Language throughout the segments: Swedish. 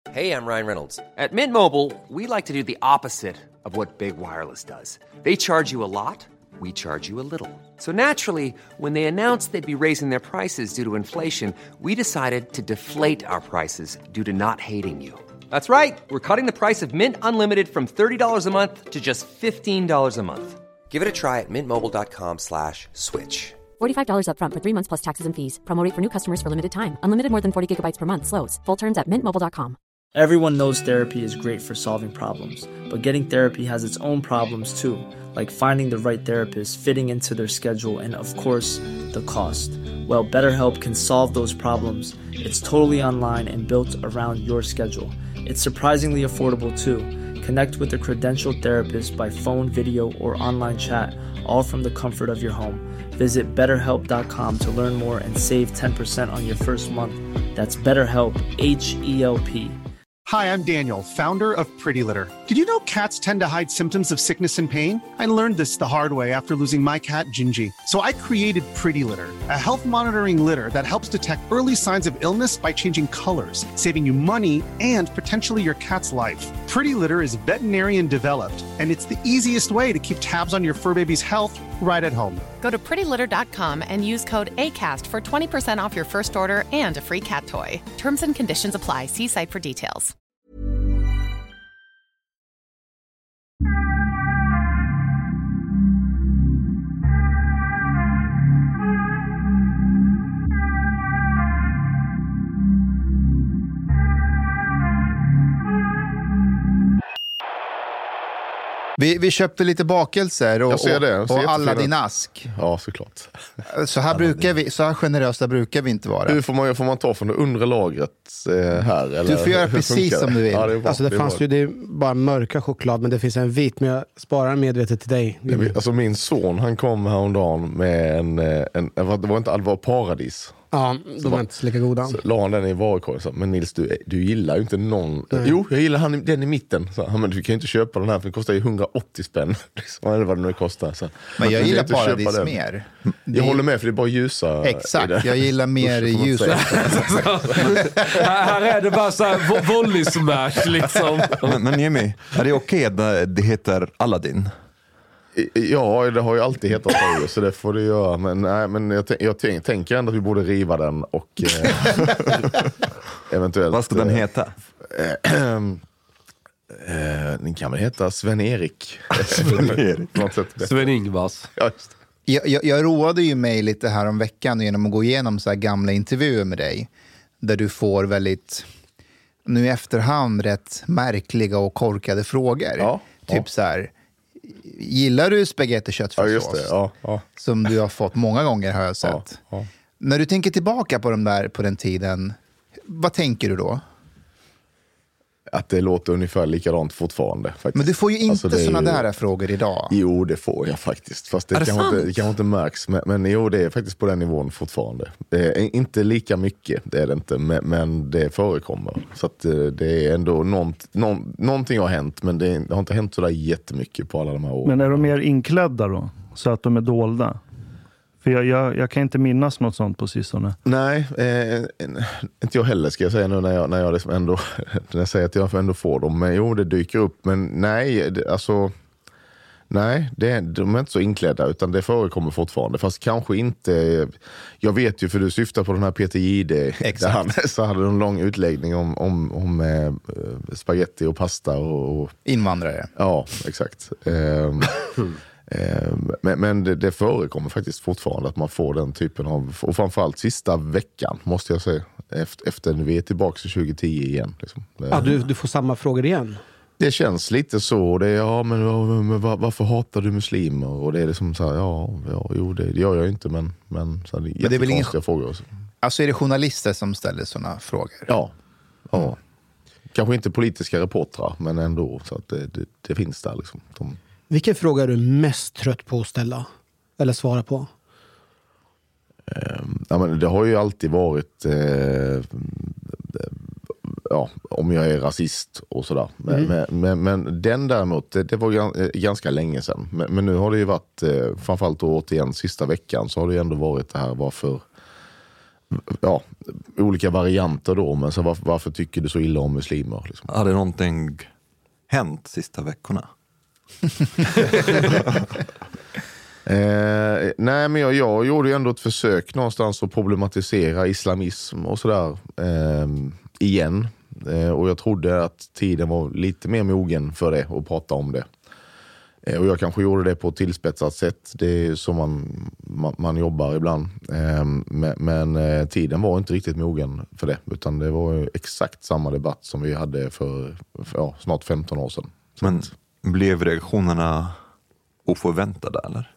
Hey, I'm Ryan Reynolds. At Mint Mobile, we like to do the opposite of what Big Wireless does. They charge you a lot, we charge you a little. So naturally, when they announced they'd be raising their prices due to inflation, we decided to deflate our prices due to not hating you. That's right. We're cutting the price of Mint Unlimited from $30 a month to just $15 a month. Give it a try at mintmobile.com/switch. $45 up front for 3 months plus taxes and fees. Promo rate for new customers for limited time. Unlimited more than 40 gigabytes per month. Slows full terms at mintmobile.com. Everyone knows therapy is great for solving problems, but getting therapy has its own problems too, like finding the right therapist, fitting into their schedule, and of course, the cost. Well, BetterHelp can solve those problems. It's totally online and built around your schedule. It's surprisingly affordable too. Connect with a credentialed therapist by phone, video, or online chat, all from the comfort of your home. Visit BetterHelp.com to learn more and save 10% on your first month. That's BetterHelp, H-E-L-P. Hi, I'm Daniel, founder of Pretty Litter. Did you know cats tend to hide symptoms of sickness and pain? I learned this the hard way after losing my cat, Gingy. So I created Pretty Litter, a health monitoring litter that helps detect early signs of illness by changing colors, saving you money and potentially your cat's life. Pretty Litter is veterinarian developed, and it's the easiest way to keep tabs on your fur baby's health right at home. Go to prettylitter.com and use code ACAST for 20% off your first order and a free cat toy. Terms and conditions apply. See site for details. Vi köpte lite bakelser och, och alla din ask. Ja, såklart. Så här generösa brukar vi inte vara. Hur får man ta från det undre lagret här? Eller? Du får göra precis som du vill. Ja, det fanns ju det är bara mörka choklad, men det finns en vit, men jag sparar medvetet till dig. Alltså min son, han kom häromdagen med det var inte Alvar Paradis. Ja, de var inte lika goda. Så la han den i varukorgen. Men Nils, du gillar ju inte någon. Nej. Jo, jag gillar den i mitten. Så, men du kan ju inte köpa den här, för den kostar ju 180 spänn. Eller vad det nu kostar. Så. Men jag gillar Paradis mer. Jag håller med, för det är bara ljusa. Exakt, jag gillar mer ljus. Här är det bara så här volley-smash liksom. Men Jimmy, är det okej att det heter Aladdin? Ja, det har ju alltid hetat det, så det får du göra. Men, nej, men jag tänker ändå att vi borde riva den och eventuellt... Vad ska den heta? Den kan väl heta Sven-Erik. Sven-Ingvars. Ja, just det. Jag roade ju mig lite här om veckan genom att gå igenom så här gamla intervjuer med dig. Där du får väldigt, nu i efterhand, rätt märkliga och korkade frågor. Ja, typ så här... Gillar du spagettiköttfärssås? Ja, just det. Ja. Som du har fått många gånger, har jag sett. Ja. När du tänker tillbaka på den tiden, vad tänker du då? Att det låter ungefär likadant fortfarande. Faktiskt. Men du får ju inte sådana där frågor idag. Jo, det får jag faktiskt. Fast det kan inte märks. Men jo, det är faktiskt på den nivån fortfarande. Det är inte lika mycket, det är det inte. Men det förekommer. Så att det är ändå någonting har hänt. Men det har inte hänt så där jättemycket på alla de här åren. Men är de mer inklädda då? Så att de är dolda? För jag kan inte minnas något sånt på sistone. Nej, inte jag heller, ska jag säga nu när jag liksom ändå när jag säger att jag ändå får dem. Men jo, det dyker upp. Men nej, de är inte så inklädda, utan det förekommer fortfarande. Fast kanske inte, jag vet ju, för du syftar på den här Peter Jihde. Exakt. Så hade de en lång utläggning om spaghetti och pasta och invandrare. Ja, exakt. Men det förekommer faktiskt fortfarande att man får den typen av, och framförallt sista veckan måste jag säga, efter vi är tillbaka till 2010 igen liksom. Ja, du får samma frågor igen. Det känns lite så, men varför hatar du muslimer? Och det är liksom så här, det gör jag inte, men så här, det är väl inga frågor också. Alltså är det journalister som ställer såna frågor? Ja. Kanske inte politiska reportrar, men ändå, så att det finns där liksom. Vilken fråga är du mest trött på att ställa? Eller svara på? Men det har ju alltid varit om jag är rasist och sådär. Men den däremot, det var ganska länge sedan. Men nu har det ju varit, framförallt återigen sista veckan, så har det ju ändå varit det här, olika varianter då. Men så varför tycker du så illa om muslimer? Liksom? Har det någonting hänt sista veckorna? Nej, men jag gjorde ju ändå ett försök någonstans att problematisera islamism och sådär igen. Och jag trodde att tiden var lite mer mogen för det och prata om det. Och jag kanske gjorde det på ett tillspetsat sätt. Det är så man jobbar ibland. Men tiden var inte riktigt mogen för det. Utan det var exakt samma debatt som vi hade för snart 15 år sedan. Men blev reaktionerna oförväntade eller?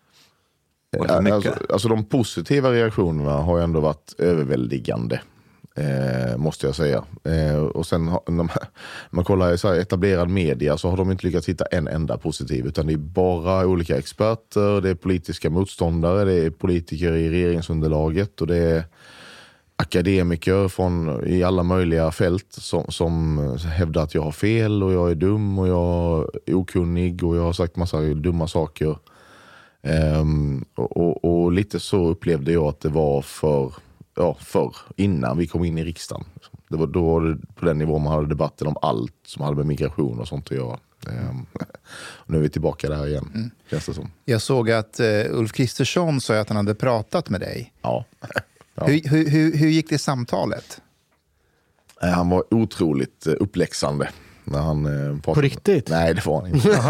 Alltså de positiva reaktionerna har ju ändå varit överväldigande. Måste jag säga. Och sen man kollar i så här etablerad media så har de inte lyckats hitta en enda positiv, utan det är bara olika experter, det är politiska motståndare, det är politiker i regeringsunderlaget och det är akademiker i alla möjliga fält som hävdar att jag har fel och jag är dum och jag är okunnig och jag har sagt massa dumma saker. Och lite så upplevde jag att det var förr, innan vi kom in i riksdagen. Det var då på den nivån man hade debatten om allt som hade med migration och sånt att göra. Och nu är vi tillbaka där igen, känns det som. Jag såg att Ulf Kristersson sa att han hade pratat med dig. Ja. Hur gick det samtalet? Han var otroligt uppläxande. När han pratade. På riktigt? Nej, det var han inte.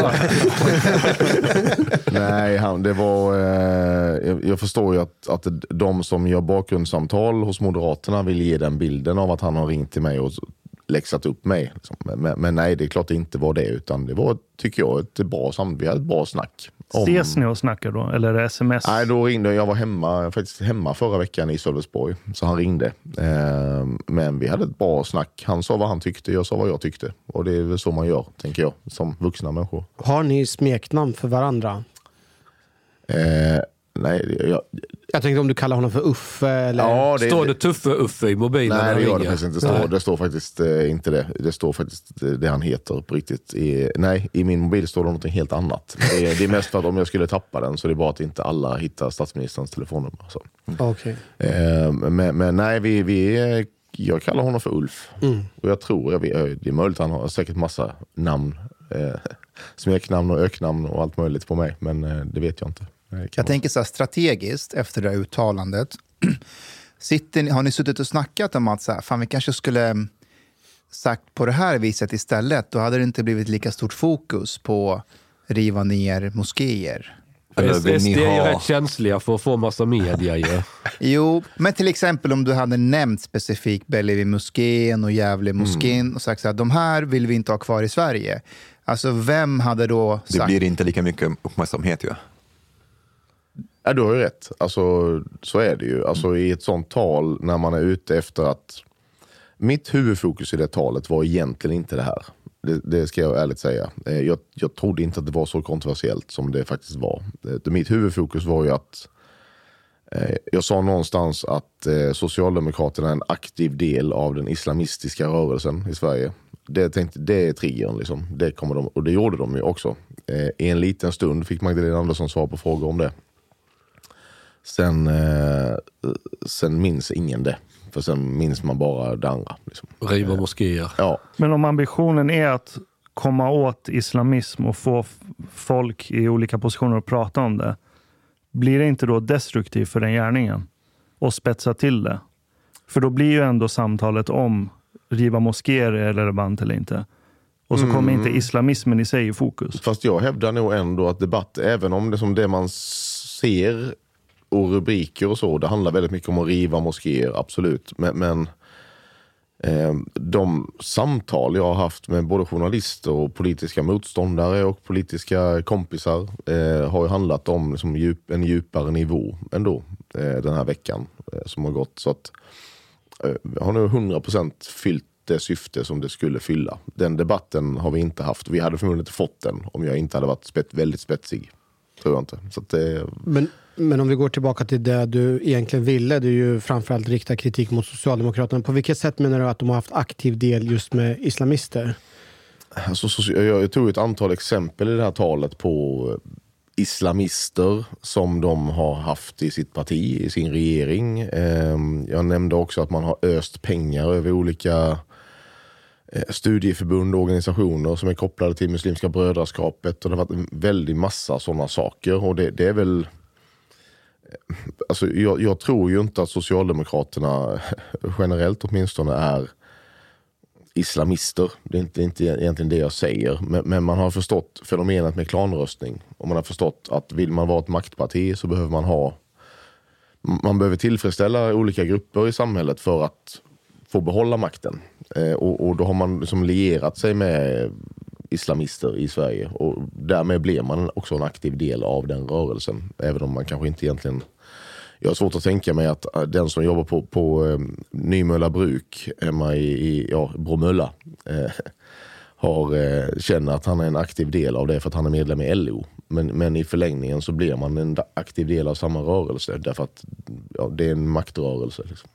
Nej, det var... jag förstår ju att de som gör bakgrundssamtal hos Moderaterna vill ge den bilden av att han har ringt till mig och läxat upp mig. Liksom. Men nej, det är klart det inte var det. Utan det var, tycker jag, vi hade ett bra snack. Ses ni och snackar då? Eller är det sms? Nej, då ringde jag. Var faktiskt hemma förra veckan i Sölvesborg. Så han ringde. Men vi hade ett bra snack. Han sa vad han tyckte, jag sa vad jag tyckte. Och det är väl så man gör, tänker jag, som vuxna människor. Har ni smeknamn för varandra? Nej, jag tänkte om du kallar honom för Uffe eller... Ja, står det Tuffe Uffe i mobilen? Nej, det gör det faktiskt inte. Det står faktiskt inte det. Det står faktiskt det han heter på riktigt. I min mobil står det något helt annat. Det är mest för att om jag skulle tappa den så är det bara att inte alla hittar statsministerns telefonnummer. Okej. Men nej, jag kallar honom för Ulf. Och jag tror, det är möjligt han har säkert massa namn. Smeknamn och öknamn och allt möjligt på mig. Men det vet jag inte. Jag tänker så här strategiskt efter det här uttalandet. Har ni suttit och snackat om att så här, fan, vi kanske skulle sagt på det här viset istället? Då hade det inte blivit lika stort fokus på riva ner moskéer. SD är ju rätt känsliga för att få massa media ju. Jo, men till exempel om du hade nämnt specifikt Bellevi moskén och Gävle moskén och sagt så här, de här vill vi inte ha kvar i Sverige. Alltså vem hade då sagt... Det blir inte lika mycket uppmärksamhet ju. Ja, du har ju rätt. Alltså, så är det ju. Alltså, i ett sånt tal när man är ute efter att... Mitt huvudfokus i det talet var egentligen inte det här. Det ska jag ärligt säga. Jag trodde inte att det var så kontroversiellt som det faktiskt var. Mitt huvudfokus var ju att... Jag sa någonstans att Socialdemokraterna är en aktiv del av den islamistiska rörelsen i Sverige. Det är triggern liksom. Det kommer de, och det gjorde de ju också. I en liten stund fick Magdalena Andersson svar på frågor om det. Sen minns ingen det. För sen minns man bara det andra. Liksom. Riva moskéer. Ja. Men om ambitionen är att komma åt islamism och få folk i olika positioner att prata om det, blir det inte då destruktivt för den gärningen? Och spetsa till det? För då blir ju ändå samtalet om riva moskéer är relevant eller inte. Och så kommer inte islamismen i sig i fokus. Fast jag hävdar nog ändå att debatt, även om det som det man ser och rubriker och så, det handlar väldigt mycket om att riva moskéer, absolut. Men de samtal jag har haft med både journalister och politiska motståndare och politiska kompisar har ju handlat om liksom en djupare nivå ändå den här veckan som har gått. Så att jag har nu 100% fyllt det syfte som det skulle fylla. Den debatten har vi inte haft. Vi hade förmodligen inte fått den om jag inte hade varit väldigt spetsig. Tror jag inte. Så att Men om vi går tillbaka till det du egentligen ville, du ju framförallt rikta kritik mot Socialdemokraterna. På vilket sätt menar du att de har haft aktiv del just med islamister? Alltså, jag tog ett antal exempel i det här talet på islamister som de har haft i sitt parti, i sin regering. Jag nämnde också att man har öst pengar över olika studieförbund och organisationer som är kopplade till Muslimska brödraskapet, och det har varit en väldig massa sådana saker, och det är väl alltså, jag tror ju inte att Socialdemokraterna generellt åtminstone är islamister. Det är inte egentligen det jag säger, men man har förstått fenomenet med klanröstning, och man har förstått att vill man vara ett maktparti så behöver man behöver tillfredsställa olika grupper i samhället för att få behålla makten. Och då har man liksom lierat sig med islamister i Sverige, och därmed blir man också en aktiv del av den rörelsen, även om man kanske inte egentligen... Jag har svårt att tänka mig att den som jobbar på Nymölla bruk hemma i Bromölla känner att han är en aktiv del av det för att han är medlem i LO. Men i förlängningen så blir man en aktiv del av samma rörelse, därför att det är en maktrörelse. Liksom.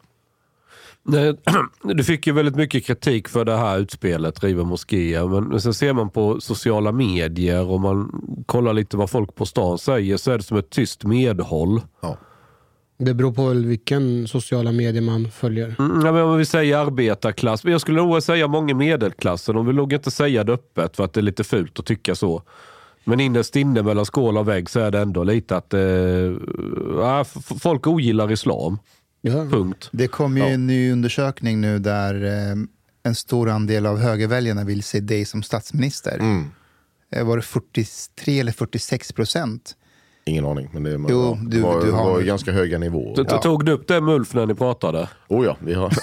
Du fick ju väldigt mycket kritik för det här utspelet, riva moskéer, men sen ser man på sociala medier och man kollar lite vad folk på stan säger, så är det som ett tyst medhåll. Ja. Det beror på vilken sociala medier man följer. Men om vi säger arbetarklass, jag skulle nog säga många medelklassen, de vill nog inte säga det öppet för att det är lite fult att tycka så. Men innerst inne mellan skål och vägg så är det ändå lite att folk ogillar islam. Ja. Punkt. Det kom ju en ny undersökning nu där en stor andel av högerväljarna vill se dig som statsminister. Var det 43 eller 46%? Ingen aning, men det var ganska höga nivåer. Tog du upp det med Ulf när ni pratade? Ja, vi har.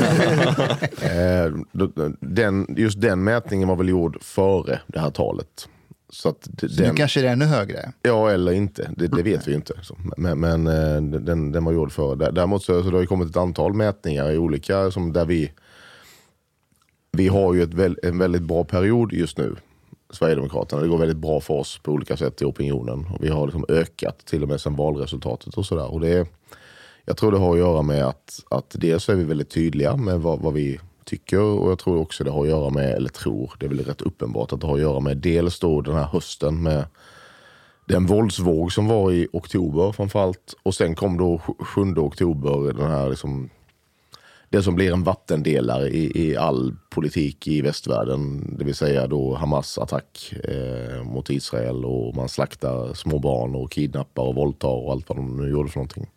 Just den mätningen var väl gjord före det här talet. Så nu kanske det är ännu högre? Ja, eller inte. Det vet vi inte. Men den var gjord före. Däremot så det har ju kommit ett antal mätningar i olika, som där vi har ju en väldigt bra period just nu, Sverigedemokraterna. Det går väldigt bra för oss på olika sätt i opinionen. Och vi har liksom ökat till och med sedan valresultatet och sådär. Och jag tror det har att göra med att dels är vi väldigt tydliga med vad vi tycker, och jag tror också det har att göra med, det är väl rätt uppenbart att det har att göra med dels då den här hösten med den våldsvåg som var i oktober framförallt, och sen kom då 7 oktober den här liksom, det som blir en vattendelare i all politik i västvärlden, det vill säga då Hamas attack mot Israel, och man slaktar små barn och kidnappar och våldtar och allt vad de nu gjorde för någonting.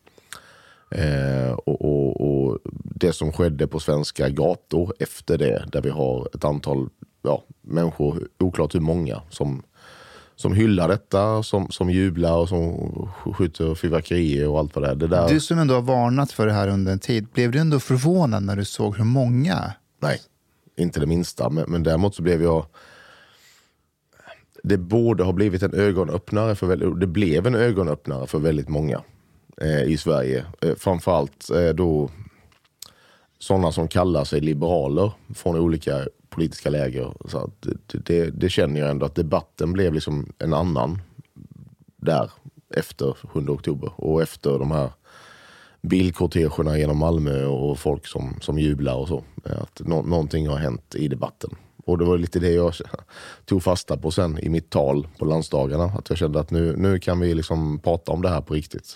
Och det som skedde på svenska gator efter det, där vi har ett antal människor, oklart hur många, som hyllar detta, som jublar och som skjuter fyrverkerier och allt vad det är. Det där... Du som ändå har varnat för det här under en tid, blev du ändå förvånad när du såg hur många? Nej, inte det minsta. Men däremot så blev jag... Det borde ha blivit en ögonöppnare det blev en ögonöppnare för väldigt många i Sverige. Framförallt då sådana som kallar sig liberaler från olika politiska läger. Så att det känner jag ändå att debatten blev liksom en annan där efter 7 oktober och efter de här bilkortegerna genom Malmö och folk som jublar och så. Att någonting har hänt i debatten. Och det var lite det jag tog fasta på sen i mitt tal på landsdagarna. Att jag kände att nu kan vi liksom prata om det här på riktigt.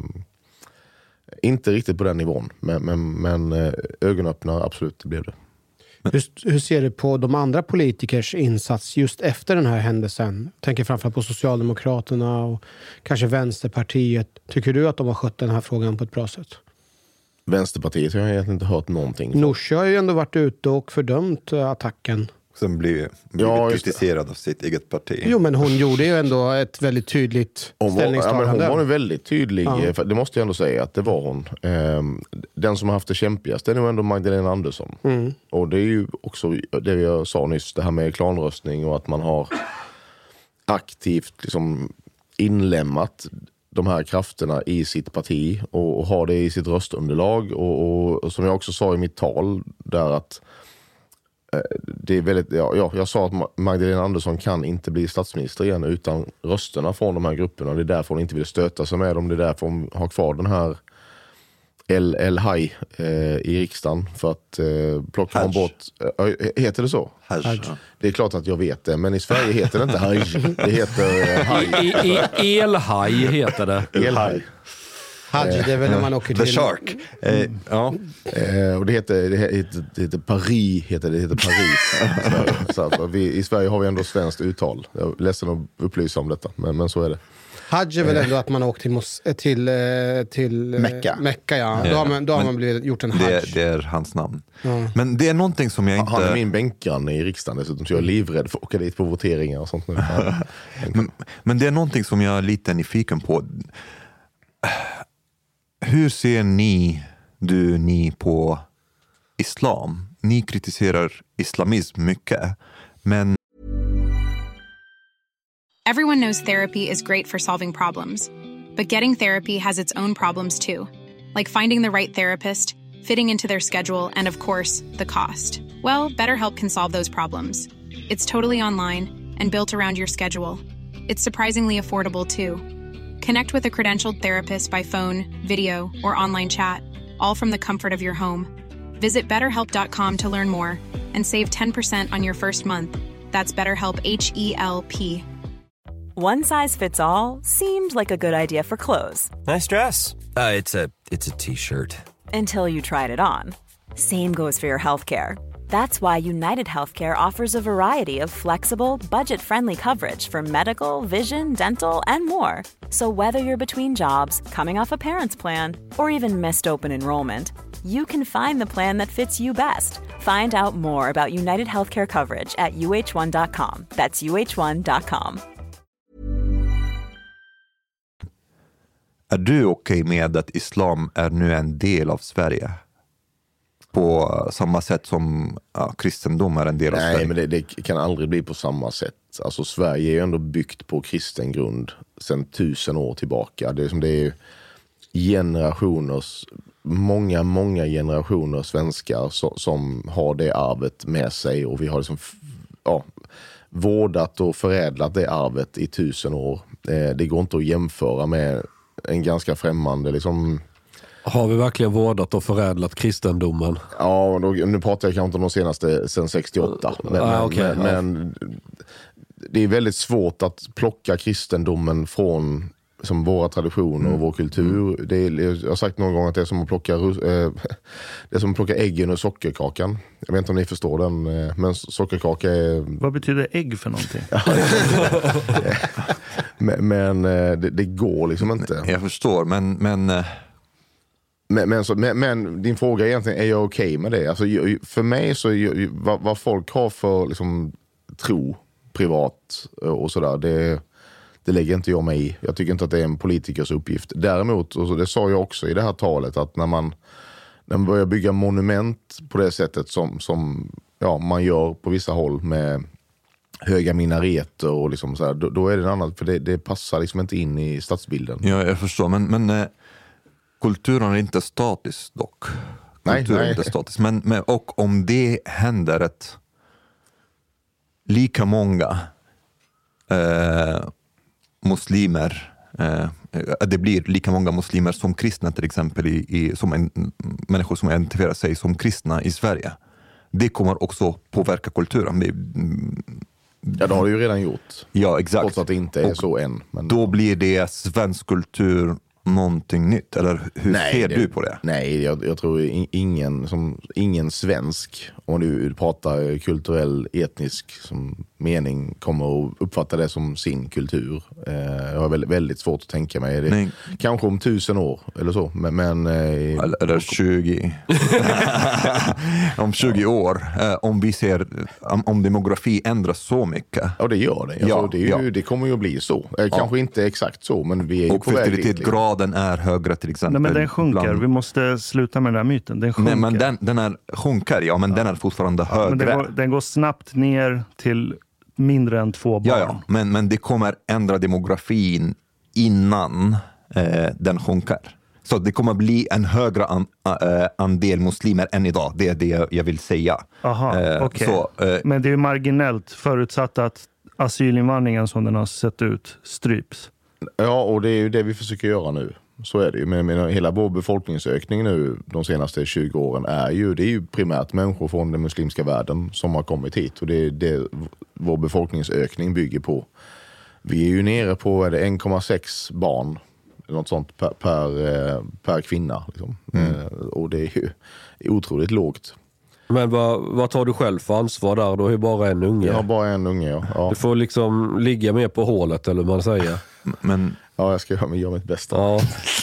Inte riktigt på den nivån, men ögonöppnare, absolut, det blev det. Hur ser du på de andra politikers insats just efter den här händelsen? Jag tänker framförallt på Socialdemokraterna och kanske Vänsterpartiet. Tycker du att de har skött den här frågan på ett bra sätt? Vänsterpartiet har jag egentligen inte hört någonting. Nooshi har ju ändå varit ute och fördömt attacken. Sen blir kritiserad av sitt eget parti. Jo, men hon gjorde ju ändå ett väldigt tydligt ställningstagande. Hon var ju väldigt tydlig, det måste jag ändå säga att det var hon. Den som har haft det kämpigast är nog ändå Magdalena Andersson. Och det är ju också det jag sa nyss, det här med klanröstning och att man har aktivt liksom inlämnat de här krafterna i sitt parti och har det i sitt röstunderlag. Och som jag också sa i mitt tal där, att det är väldigt, jag sa att Magdalena Andersson kan inte bli statsminister igen utan rösterna från de här grupperna. Det är därför hon inte vill stöta sig med dem. Det är därför hon har kvar den här El Haj i riksdagen för att plocka man bort... heter det så? Haj. Det är klart att jag vet det, men i Sverige heter det inte Haj. Det heter Haj. Elhaj heter det. Elhaj. Hajj, det är väl när man åker till... The Shark. Ja. Och det heter Paris. Det heter Paris. Så att i Sverige har vi ändå svenskt uttal. Jag är ledsen att upplysa om detta, men så är det. Hajj är väl ändå att man åkt till Mecka, ja. Då har man blivit gjort en hajj. Det är hans namn. Ja. Men det är någonting som jag inte... Han är min bänkgranne i riksdagen dessutom, så jag är livrädd för att åka dit på voteringar och sånt nu. men det är någonting som jag är lite nyfiken på. Hur ser ni på islam? Ni kritiserar islamism mycket, men... Everyone knows therapy is great for solving problems. But getting therapy has its own problems too. Like finding the right therapist, fitting into their schedule, and of course, the cost. Well, BetterHelp can solve those problems. It's totally online and built around your schedule. It's surprisingly affordable too. Connect with a credentialed therapist by phone, video, or online chat, all from the comfort of your home. Visit BetterHelp.com to learn more and save 10% on your first month. That's BetterHelp, H-E-L-P. One size fits all seemed like a good idea for clothes. Nice dress. It's a t-shirt. Until you tried it on. Same goes for your healthcare. That's why United Healthcare offers a variety of flexible, budget-friendly coverage for medical, vision, dental, and more. So whether you're between jobs, coming off a parent's plan, or even missed open enrollment, you can find the plan that fits you best. Find out more about United Healthcare coverage at uh1.com. That's uh1.com. Är du okej med att islam är nu en del av Sverige? På samma sätt som kristendom är en del av Sverige? Nej, men det kan aldrig bli på samma sätt. Alltså Sverige är ju ändå byggt på kristen grund sedan 1000 år tillbaka. Det är generationers, många generationer svenskar som har det arvet med sig. Och vi har liksom, vårdat och förädlat det arvet i 1000 år. Det går inte att jämföra med en ganska främmande liksom... Har vi verkligen vårdat och förädlat kristendomen? Ja, nu pratar jag kanske inte om de senaste sen 68. Men det är väldigt svårt att plocka kristendomen från som våra traditioner och vår kultur. Jag har sagt någon gång att det är som att plocka äggen och sockerkakan. Jag vet inte om ni förstår den, men sockerkaka är... Vad betyder ägg för någonting? men det går liksom inte. Jag förstår, Men din fråga är egentligen, är jag okej med det? Alltså, för mig så vad folk har för liksom, tro privat och sådär, det lägger inte jag mig i. Jag tycker inte att det är en politikers uppgift. Däremot, och det sa jag också i det här talet, att när man börjar bygga monument på det sättet som man gör på vissa håll med höga minareter och liksom så här, då är det en annan, för det passar liksom inte in i stadsbilden. Ja, jag förstår, men kulturen är inte statisk dock. Kulturen är inte statisk. Men och om det händer att lika många muslimer, det blir lika många muslimer som kristna till exempel, som människor som identifierar sig som kristna i Sverige. Det kommer också påverka kulturen. Ja, det har det ju redan gjort. Ja, exakt. Trots att det inte är så än. Men... Då blir det svensk kultur någonting nytt, eller hur ser du på det? Nej, jag tror ingen svensk, om du pratar kulturell, etnisk som mening, kommer att uppfatta det som sin kultur. Jag har väldigt svårt att tänka mig det. Kanske om 1000 år eller så, men eller 20 om 20 år, om vi ser om demografi ändras så mycket. Ja, det gör det. Alltså, det kommer ju att bli så. Kanske inte exakt så, men vi är ju på väg dit. Graden är högre till exempel. Nej, men den sjunker. Vi måste sluta med den här myten. Den sjunker. Nej, men den är sjunker, men den är fortfarande högre. Men den går snabbt ner till mindre än 2 barn. Ja, men det kommer ändra demografin innan den sjunker. Så det kommer bli en högre andel muslimer än idag. Det är det jag vill säga. Aha, okej. Men det är marginellt förutsatt att asylinvandringen som den har sett ut stryps. Ja, och det är ju det vi försöker göra nu. Så är det ju. Men hela vår befolkningsökning nu de senaste 20 åren det är ju primärt människor från den muslimska världen som har kommit hit. Och det är det vår befolkningsökning bygger på. Vi är ju nere på 1,6 barn, något sånt per kvinna. Liksom. Och det är ju otroligt lågt. Men vad tar du själv för ansvar där? Du har ju bara en unge. Jag har bara en unge, ja. Du får liksom ligga med på hålet, eller vad man säger. Men, ja, jag ska göra mitt bästa. Ja.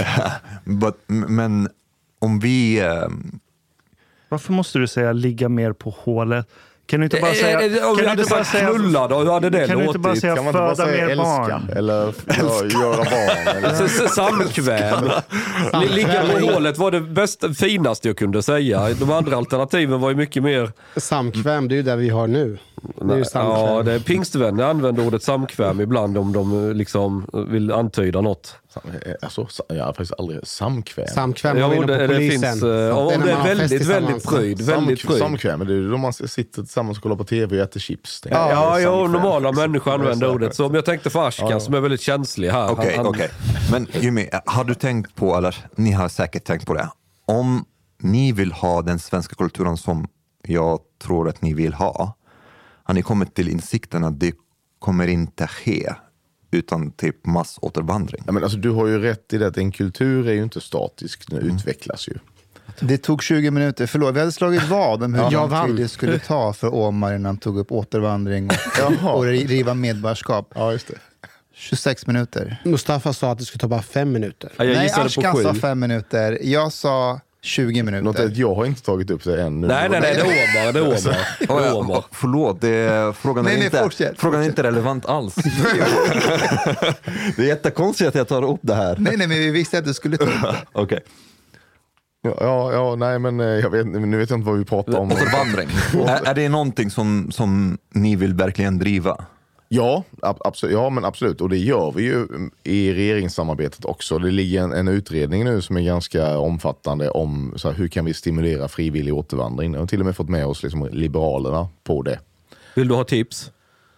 Men om vi... Varför måste du säga ligga mer på hålet? Kan du inte bara säga... Om du hade sagt knulla då, hur hade det låtit? Kan du inte bara säga föda mer barn? Eller göra barn? Eller... Samkväm. Ligga på hålet var det finaste jag kunde säga. De andra alternativen var ju mycket mer... Samkväm, det är ju det vi har nu. Det är ju samkväm. Ja, det är pingstvänner använder ordet samkväm ibland om de liksom vill antyda något. Alltså, jag har faktiskt aldrig samkväm. Samkväm var inne på polisen. Finns, om det är väldigt pryd. Samkväm, det är då man sitter tillsammans och kollar på tv och äter chips. Normala människor använder ordet. Så om jag tänkte för Ashkan som är väldigt känslig här. Okej. Men Jimmy, har du tänkt på, eller ni har säkert tänkt på det, om ni vill ha den svenska kulturen som jag tror att ni vill ha, har ni kommit till insikten att det kommer inte ske utan typ massåtervandring? Ja, men alltså, du har ju rätt i det att en kultur är ju inte statisk, den utvecklas ju. Det tog 20 minuter, förlåt, vi hade slagit vad om hur lång tid det skulle ta för Omar innan han tog upp återvandring och riva medborgarskap. Ja, just det. 26 minuter. Mustafa sa att det skulle ta bara 5 minuter. Nej, Ashkan sa 5 minuter. Jag sa 20 minuter. Något att jag har inte tagit upp det än. Nej, det är Omar. Förlåt, frågan är inte relevant alls. Det är jättekonstigt att jag tar upp det här. Nej, men vi visste att du skulle ta upp det. Okej. Ja, nej, men nu vet jag inte vad vi pratar om. Återvandring. Är det någonting som ni vill verkligen driva? Ja, men absolut. Och det gör vi ju i regeringssamarbetet också. Det ligger en utredning nu som är ganska omfattande om så här, hur kan vi stimulera frivillig återvandring. Jag har till och med fått med oss liksom, Liberalerna på det. Vill du ha tips?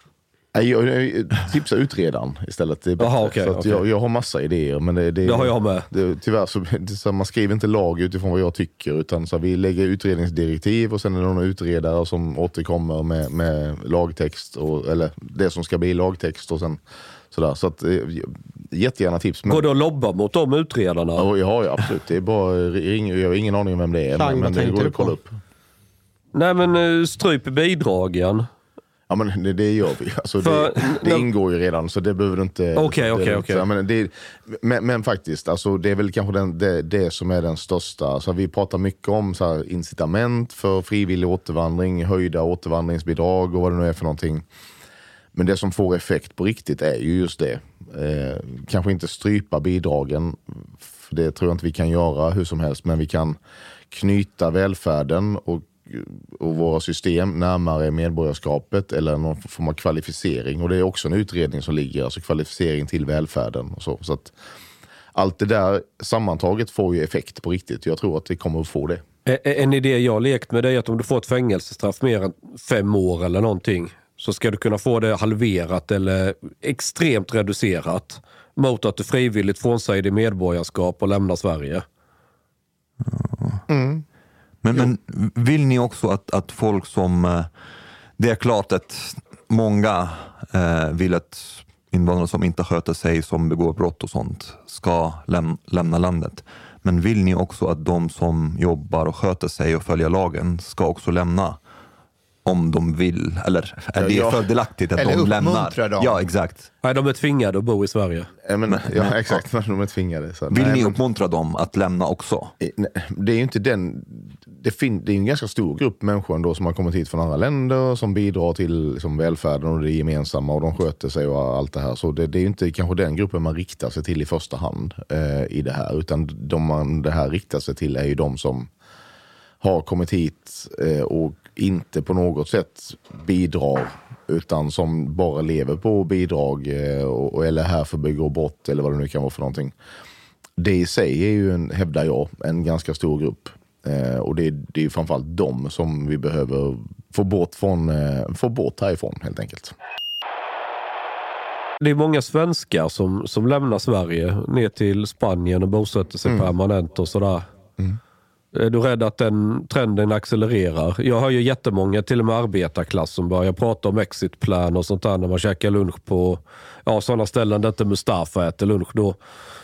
Jag tipsar utredaren istället. Det är Aha, okay. Jag har massa idéer, men det har jag med. Tyvärr så man skriver inte lag utifrån vad jag tycker, utan så vi lägger utredningsdirektiv och sen är det någon utredare som återkommer med lagtext eller det som ska bli lagtext och sen sådär. Så att jättegärna tips. Går det att lobba mot de utredarna? Ja, absolut. Det är bara jag har ingen aning om vem det är, men det går att kolla upp. Nej, men stryp bidragen. Ja, men det gör vi. Alltså, det ingår ju redan, så det behöver du inte... Okej. Men faktiskt, alltså, det är väl kanske det som är den största. Alltså, vi pratar mycket om så här, incitament för frivillig återvandring, höjda återvandringsbidrag och vad det nu är för någonting. Men det som får effekt på riktigt är ju just det. Kanske inte strypa bidragen, för det tror jag inte vi kan göra hur som helst, men vi kan knyta välfärden och våra system närmare medborgarskapet eller någon form av kvalificering, och det är också en utredning som ligger, alltså kvalificering till välfärden och så att allt det där sammantaget får ju effekt på riktigt. Jag tror att det kommer att få det. En idé jag lekt med det är att om du får ett fängelsestraff mer än 5 år eller någonting, så ska du kunna få det halverat eller extremt reducerat mot att du frivilligt frånsäger ditt medborgarskap och lämnar Sverige. Men vill ni också att folk som... Det är klart att många vill att invandrare som inte sköter sig, som begår brott och sånt, ska lämna landet. Men vill ni också att de som jobbar och sköter sig och följer lagen ska också lämna? Om de vill, eller är det fördelaktigt att eller de lämnar? Dem. Ja, exakt. Nej, de är tvingade att bo i Sverige. Ja, exakt. De är tvingade. Så. Vill ni uppmuntra dem att lämna också? Det är ju inte den... Det är en ganska stor grupp människor ändå som har kommit hit från andra länder, som bidrar till liksom, välfärden och det gemensamma, och de sköter sig och allt det här. Så det är ju inte kanske den gruppen man riktar sig till i första hand i det här, utan det här riktar sig till är ju de som har kommit hit och inte på något sätt bidrar, utan som bara lever på bidrag eller här för begå brott eller vad det nu kan vara för någonting. Det i sig är ju hävdar jag, en ganska stor grupp. Och det är ju framförallt de som vi behöver få bort härifrån helt enkelt. Det är många svenskar som lämnar Sverige ner till Spanien och bosätter sig permanent och sådär. Är du rädd att den trenden accelererar? Jag har ju jättemånga, till och med arbetarklass, som börjar prata om exitplan och sånt där när man käkar lunch på sådana ställen där inte Mustafa äter lunch då.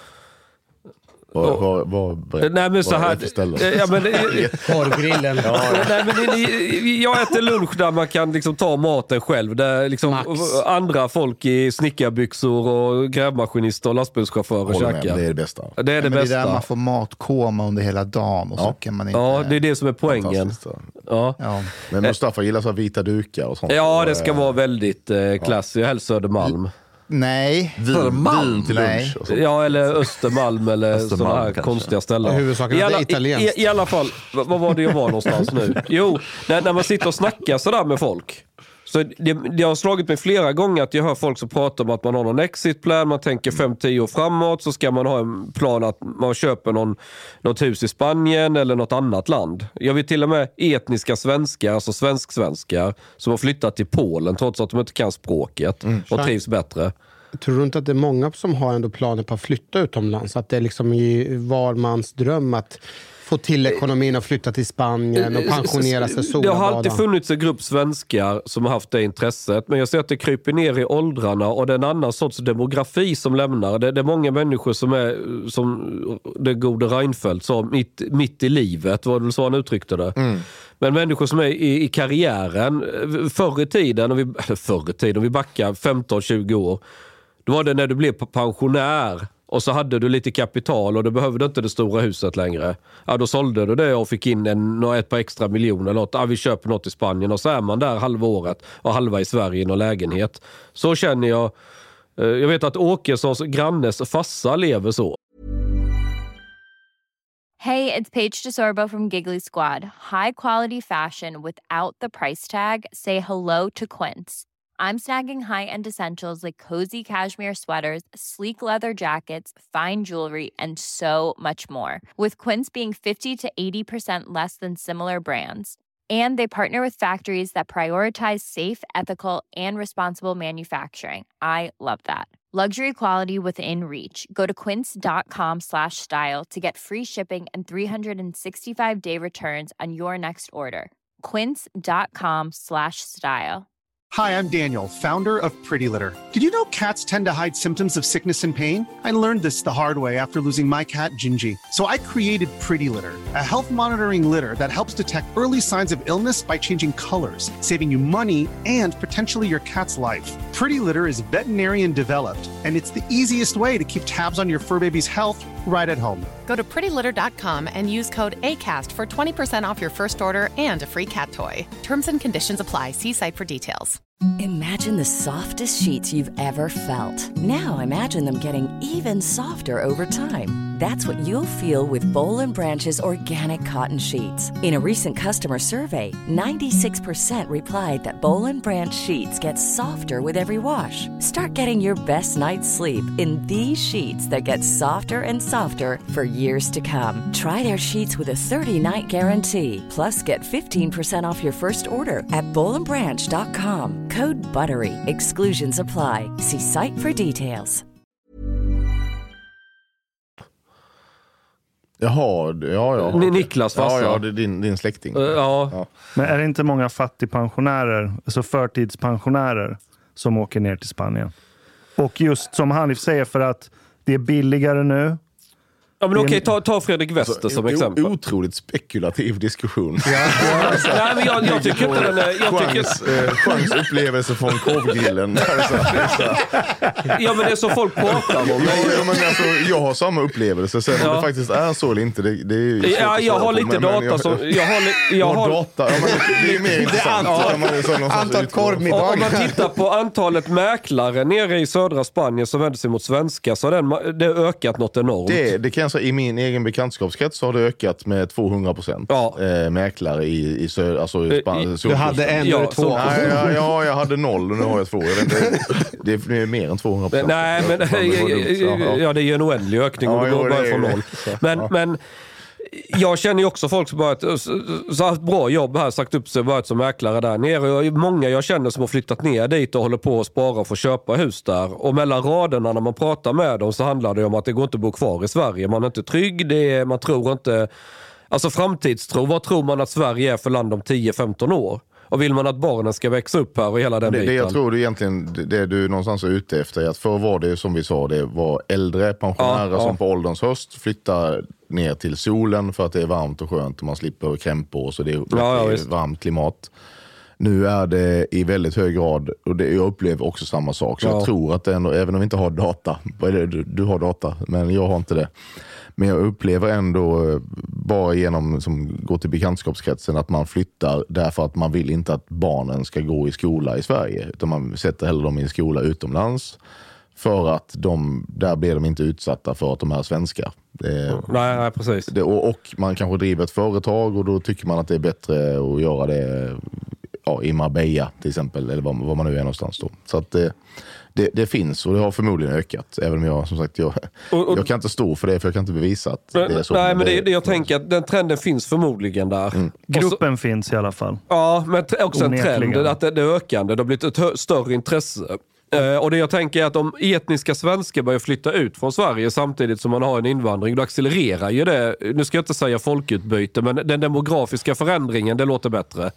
Nej men så här Korvgrillen. Jag äter lunch där man kan liksom ta maten själv, där liksom andra folk i snickarbyxor och grävmaskinister och lastbilschaufförer käkar. Det är det bästa. Det är där man får matkoma under hela dagen och så kan man inte... Ja, det är det som är poängen. Ja. Men Mustafa gillar så vita dukar och sånt. Ja, det ska vara väldigt klassiskt. Helst Södermalm. Nej. Vin till lunch. Ja, eller Östermalm eller sådana här konstiga ställen. Huvudsaken är italienskt. I alla fall, vad var det jag var någonstans nu? Jo, när man sitter och snackar sådär med folk. Så det har slagit mig flera gånger att jag hör folk som pratar om att man har någon exitplan, man tänker 5-10 år framåt, så ska man ha en plan att man köper något hus i Spanien eller något annat land. Jag vet till och med etniska svenskar, alltså svensk-svenskar, som har flyttat till Polen trots att de inte kan språket och trivs bättre. Tror du inte att det är många som har ändå planer på att flytta utomlands? Att det är liksom i var mans dröm att få till ekonomin och flytta till Spanien och pensionera sig så. Det har alltid funnits en grupp svenskar som har haft det intresset, men jag ser att det kryper ner i åldrarna och det är en annan sorts demografi som lämnar. Det är många människor som är, som det gode Reinfeldt sa, mitt i livet, var det så han uttryckte det. Men människor som är i karriären, förr i tiden, om vi backar 15-20 år, då var det när du blev pensionär och så hade du lite kapital och du behövde inte det stora huset längre. Ja, då sålde du det och fick in ett par extra miljoner. Något. Ja, vi köper något i Spanien och så är man där halva året och halva i Sverige i någon lägenhet. Så känner jag. Jag vet att Åkessons grannes farsa lever så. Hey, it's Paige DeSorbo from Giggly Squad. High quality fashion without the price tag. Say hello to Quince. I'm snagging high-end essentials like cozy cashmere sweaters, sleek leather jackets, fine jewelry, and so much more. With Quince being 50 to 80% less than similar brands. And they partner with factories that prioritize safe, ethical, and responsible manufacturing. I love that. Luxury quality within reach. Go to quince.com/style to get free shipping and 365-day returns on your next order. Quince.com/style. Hi, I'm Daniel, founder of Pretty Litter. Did you know cats tend to hide symptoms of sickness and pain? I learned this the hard way after losing my cat, Gingy. So I created Pretty Litter, a health monitoring litter that helps detect early signs of illness by changing colors, saving you money and potentially your cat's life. Pretty Litter is veterinarian developed, and it's the easiest way to keep tabs on your fur baby's health right at home. Go to prettylitter.com and use code ACAST for 20% off your first order and a free cat toy. Terms and conditions apply. See site for details. Imagine the softest sheets you've ever felt. Now imagine them getting even softer over time. That's what you'll feel with Boll & Branch's organic cotton sheets. In a recent customer survey, 96% replied that Boll & Branch sheets get softer with every wash. Start getting your best night's sleep in these sheets that get softer and softer for years to come. Try their sheets with a 30-night guarantee. Plus, get 15% off your first order at bollandbranch.com. Code BUTTERY. Exclusions apply. See site for details. Jaha, ja. Niklas farsa. Ja, det är din släkting. Ja. Men är det inte många fattigpensionärer, alltså förtidspensionärer, som åker ner till Spanien? Och just som Hanif säger, för att det är billigare nu. Ja, men okej, ta Fredrik Wester som exempel. Otroligt spekulativ diskussion. Nej, men jag tycker inte den är... Chansupplevelse från korvgrillen. Ja, men det är så folk pratar om. Ja, men alltså, jag har samma upplevelse. Sen om det faktiskt är så eller inte, det är ju jag har lite data som... Jag har data. Ja, men det är mer intressant. Antal korvmiddagar. Om man tittar på antalet mäklare nere i södra Spanien som vänder sig mot svenska, så har det ökat något enormt. Det kan jag säga, i min egen bekantskapskrets så har det ökat med 200%. Mäklare i södra, alltså i Spanien. Du hade en eller två? Nej, jag hade 0 och nu har jag 2. Det är mer än 200%. Nej, men det är ju en oändlig ökning och det går bara från 0. Men Jag känner ju också folk som börjat så haft bra jobb här, sagt upp sig, börjat som mäklare där nere. Och många jag känner som har flyttat ner dit och håller på att spara och få köpa hus där. Och mellan raderna när man pratar med dem så handlar det om att det går inte att bo kvar i Sverige. Man är inte trygg, man tror inte... Alltså framtidstro, vad tror man att Sverige är för land om 10-15 år? Och vill man att barnen ska växa upp här och hela den biten? Det jag tror du egentligen, det du någonstans är ute efter är att förr var det som vi sa, det var äldre pensionärer som på ålderns höst flyttar ner till solen för att det är varmt och skönt och man slipper krämpor så det är varmt klimat. Nu är det i väldigt hög grad, och jag upplever också samma sak, så jag tror att det ändå, även om vi inte har data, du har data men jag har inte det. Men jag upplever ändå bara genom som går till bekantskapskretsen att man flyttar därför att man vill inte att barnen ska gå i skola i Sverige. Utan man sätter hellre dem i en skola utomlands för att där blir de inte utsatta för att de är svenskar. Nej, precis. Och man kanske driver ett företag och då tycker man att det är bättre att göra det i Marbella till exempel, eller var man nu är någonstans då. Så att det finns och det har förmodligen ökat. Även om jag, som sagt, jag kan inte stå för det, för jag kan inte bevisa att det är så. Nej, men jag tänker att den trenden finns förmodligen där. Gruppen finns i alla fall. Ja, men också en trend att det är ökande. Det har blivit ett större intresse. Och det jag tänker är att om etniska svenskar börjar flytta ut från Sverige samtidigt som man har en invandring, då accelererar ju det. Nu ska jag inte säga folkutbyte, men den demografiska förändringen, det låter bättre.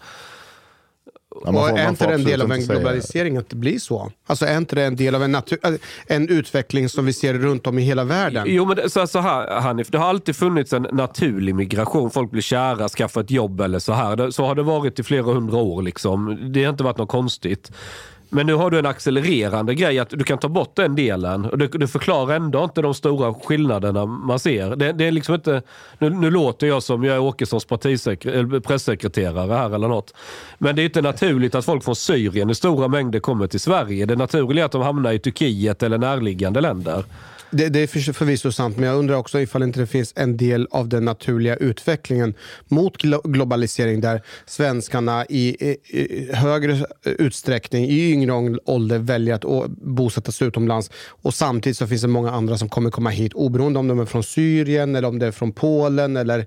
Och är inte det en del av en globalisering att det blir så? Alltså är inte det en del av en utveckling som vi ser runt om i hela världen? Jo, men så här, Hanif, det har alltid funnits en naturlig migration. Folk blir kära, skaffar ett jobb eller så här. Så har det varit i flera 100 år liksom. Det har inte varit något konstigt. Men nu har du en accelererande grej att du kan ta bort den delen och du förklarar ändå inte de stora skillnaderna man ser. Det är liksom inte, nu låter jag som jag är Åkessons pressekreterare här eller något. Men det är inte naturligt att folk från Syrien i stora mängder kommer till Sverige. Det är naturligt att de hamnar i Turkiet eller närliggande länder. Det är förvisso sant, men jag undrar också ifall inte det finns en del av den naturliga utvecklingen mot globalisering där svenskarna i högre utsträckning, i yngre ålder väljer att bosätta sig utomlands, och samtidigt så finns det många andra som kommer komma hit oberoende om de är från Syrien eller om det är från Polen eller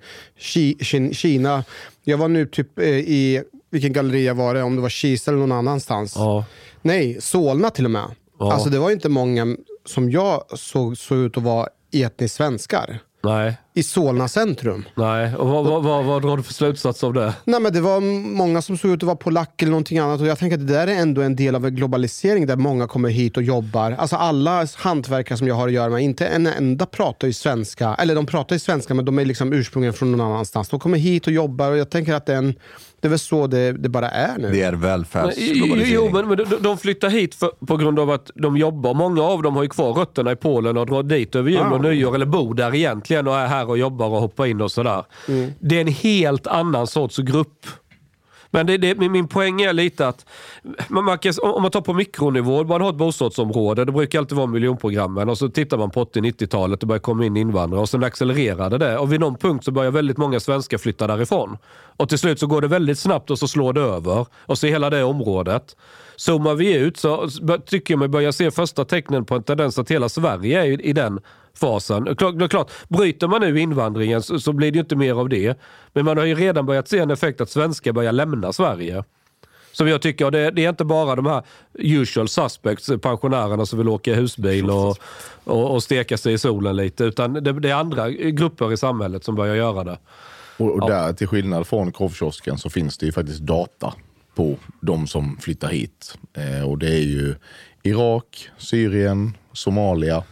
Kina. Jag var nu typ i, vilken galleria var det? Om det var Kista eller någon annanstans. Ja. Nej, Solna till och med. Ja. Alltså det var inte många som jag såg ut att vara etnisk svenskar. Nej. I Solna centrum. Nej, och vad drar du för slutsats av det? Nej, men det var många som såg ut att vara polack eller någonting annat. Och jag tänker att det där är ändå en del av en globalisering där många kommer hit och jobbar. Alltså alla hantverkare som jag har att göra med, inte en enda pratar ju svenska. Eller de pratar ju svenska, men de är liksom ursprungligen från någon annanstans. De kommer hit och jobbar och jag tänker att det är väl så det bara är nu. Det är välfärdsglobalisering. Jo, men de flyttar hit på grund av att de jobbar. Många av dem har ju kvar rötterna i Polen och drar dit över jul och nyår eller bor där egentligen och är här och jobbar och hoppar in och sådär. Det är en helt annan sorts grupp. Men min poäng är lite att om man tar på mikronivå, man har ett bostadsområde, det brukar alltid vara miljonprogrammen, och så tittar man på 80-90-talet och börjar komma in invandrare och sen accelererade det. Och vid någon punkt så börjar väldigt många svenskar flytta därifrån. Och till slut så går det väldigt snabbt och så slår det över. Och så hela det området. Zoomar vi ut så tycker jag man börjar se första tecknen på en tendens att hela Sverige är i den fasen. Klart, bryter man nu invandringen så blir det ju inte mer av det. Men man har ju redan börjat se en effekt att svenskar börjar lämna Sverige. Som jag tycker, det är inte bara de här usual suspects, pensionärerna som vill åka i husbil och steka sig i solen lite. Utan det är andra grupper i samhället som börjar göra det. Och där, till skillnad från korvkiosken, så finns det ju faktiskt data på de som flyttar hit. Och det är ju Irak, Syrien, Somalia.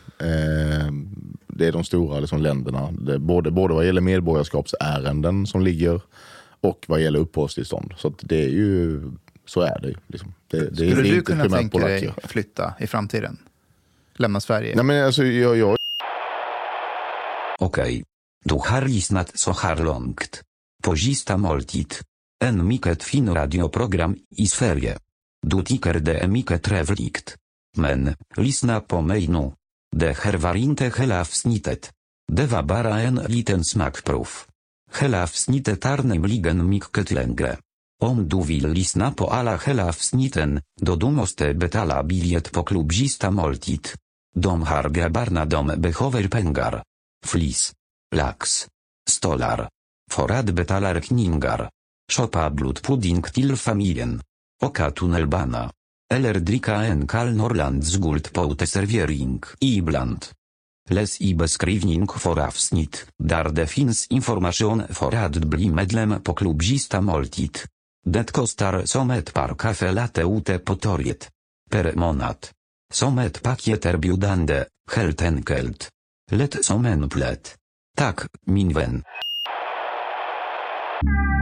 Det är de stora liksom, länderna. Både vad gäller medborgarskapsärenden som ligger och vad gäller uppehållstillstånd. Så att det är ju, så är det liksom. Skulle det du kunna tänka dig flytta i framtiden? Lämna Sverige? Nej, men alltså jag... Okej. Du har lyssnat så här långt på Sista måltid. En mycket fin radioprogram i Sverige. Du tycker det är mycket trevligt. Men, lyssna på mig nu. Det här var inte hela avsnittet. Det var bara en liten smakprov. Hela avsnittet är nämligen mycket längre. Om du vill lyssna på alla hela avsnitten, då du måste betala biljett på klubb Sista måltid. De har grabbarna, de behöver pengar. Flis. Lax. Stolar. Forad betalar kningar. Shopa blut pudding till familjen. Oka tunnelbana. Eller dricka en kall Norrlands guldpote servering ibland. Les i beskrivning for avsnitt, där det finns information för att bli medlem på klubbista måltid. Det kostar som ett par kaffe latte ute på torget. Per månad. Som ett paket erbjudande, helt enkelt. Lätt som en plätt. Tack, min vän.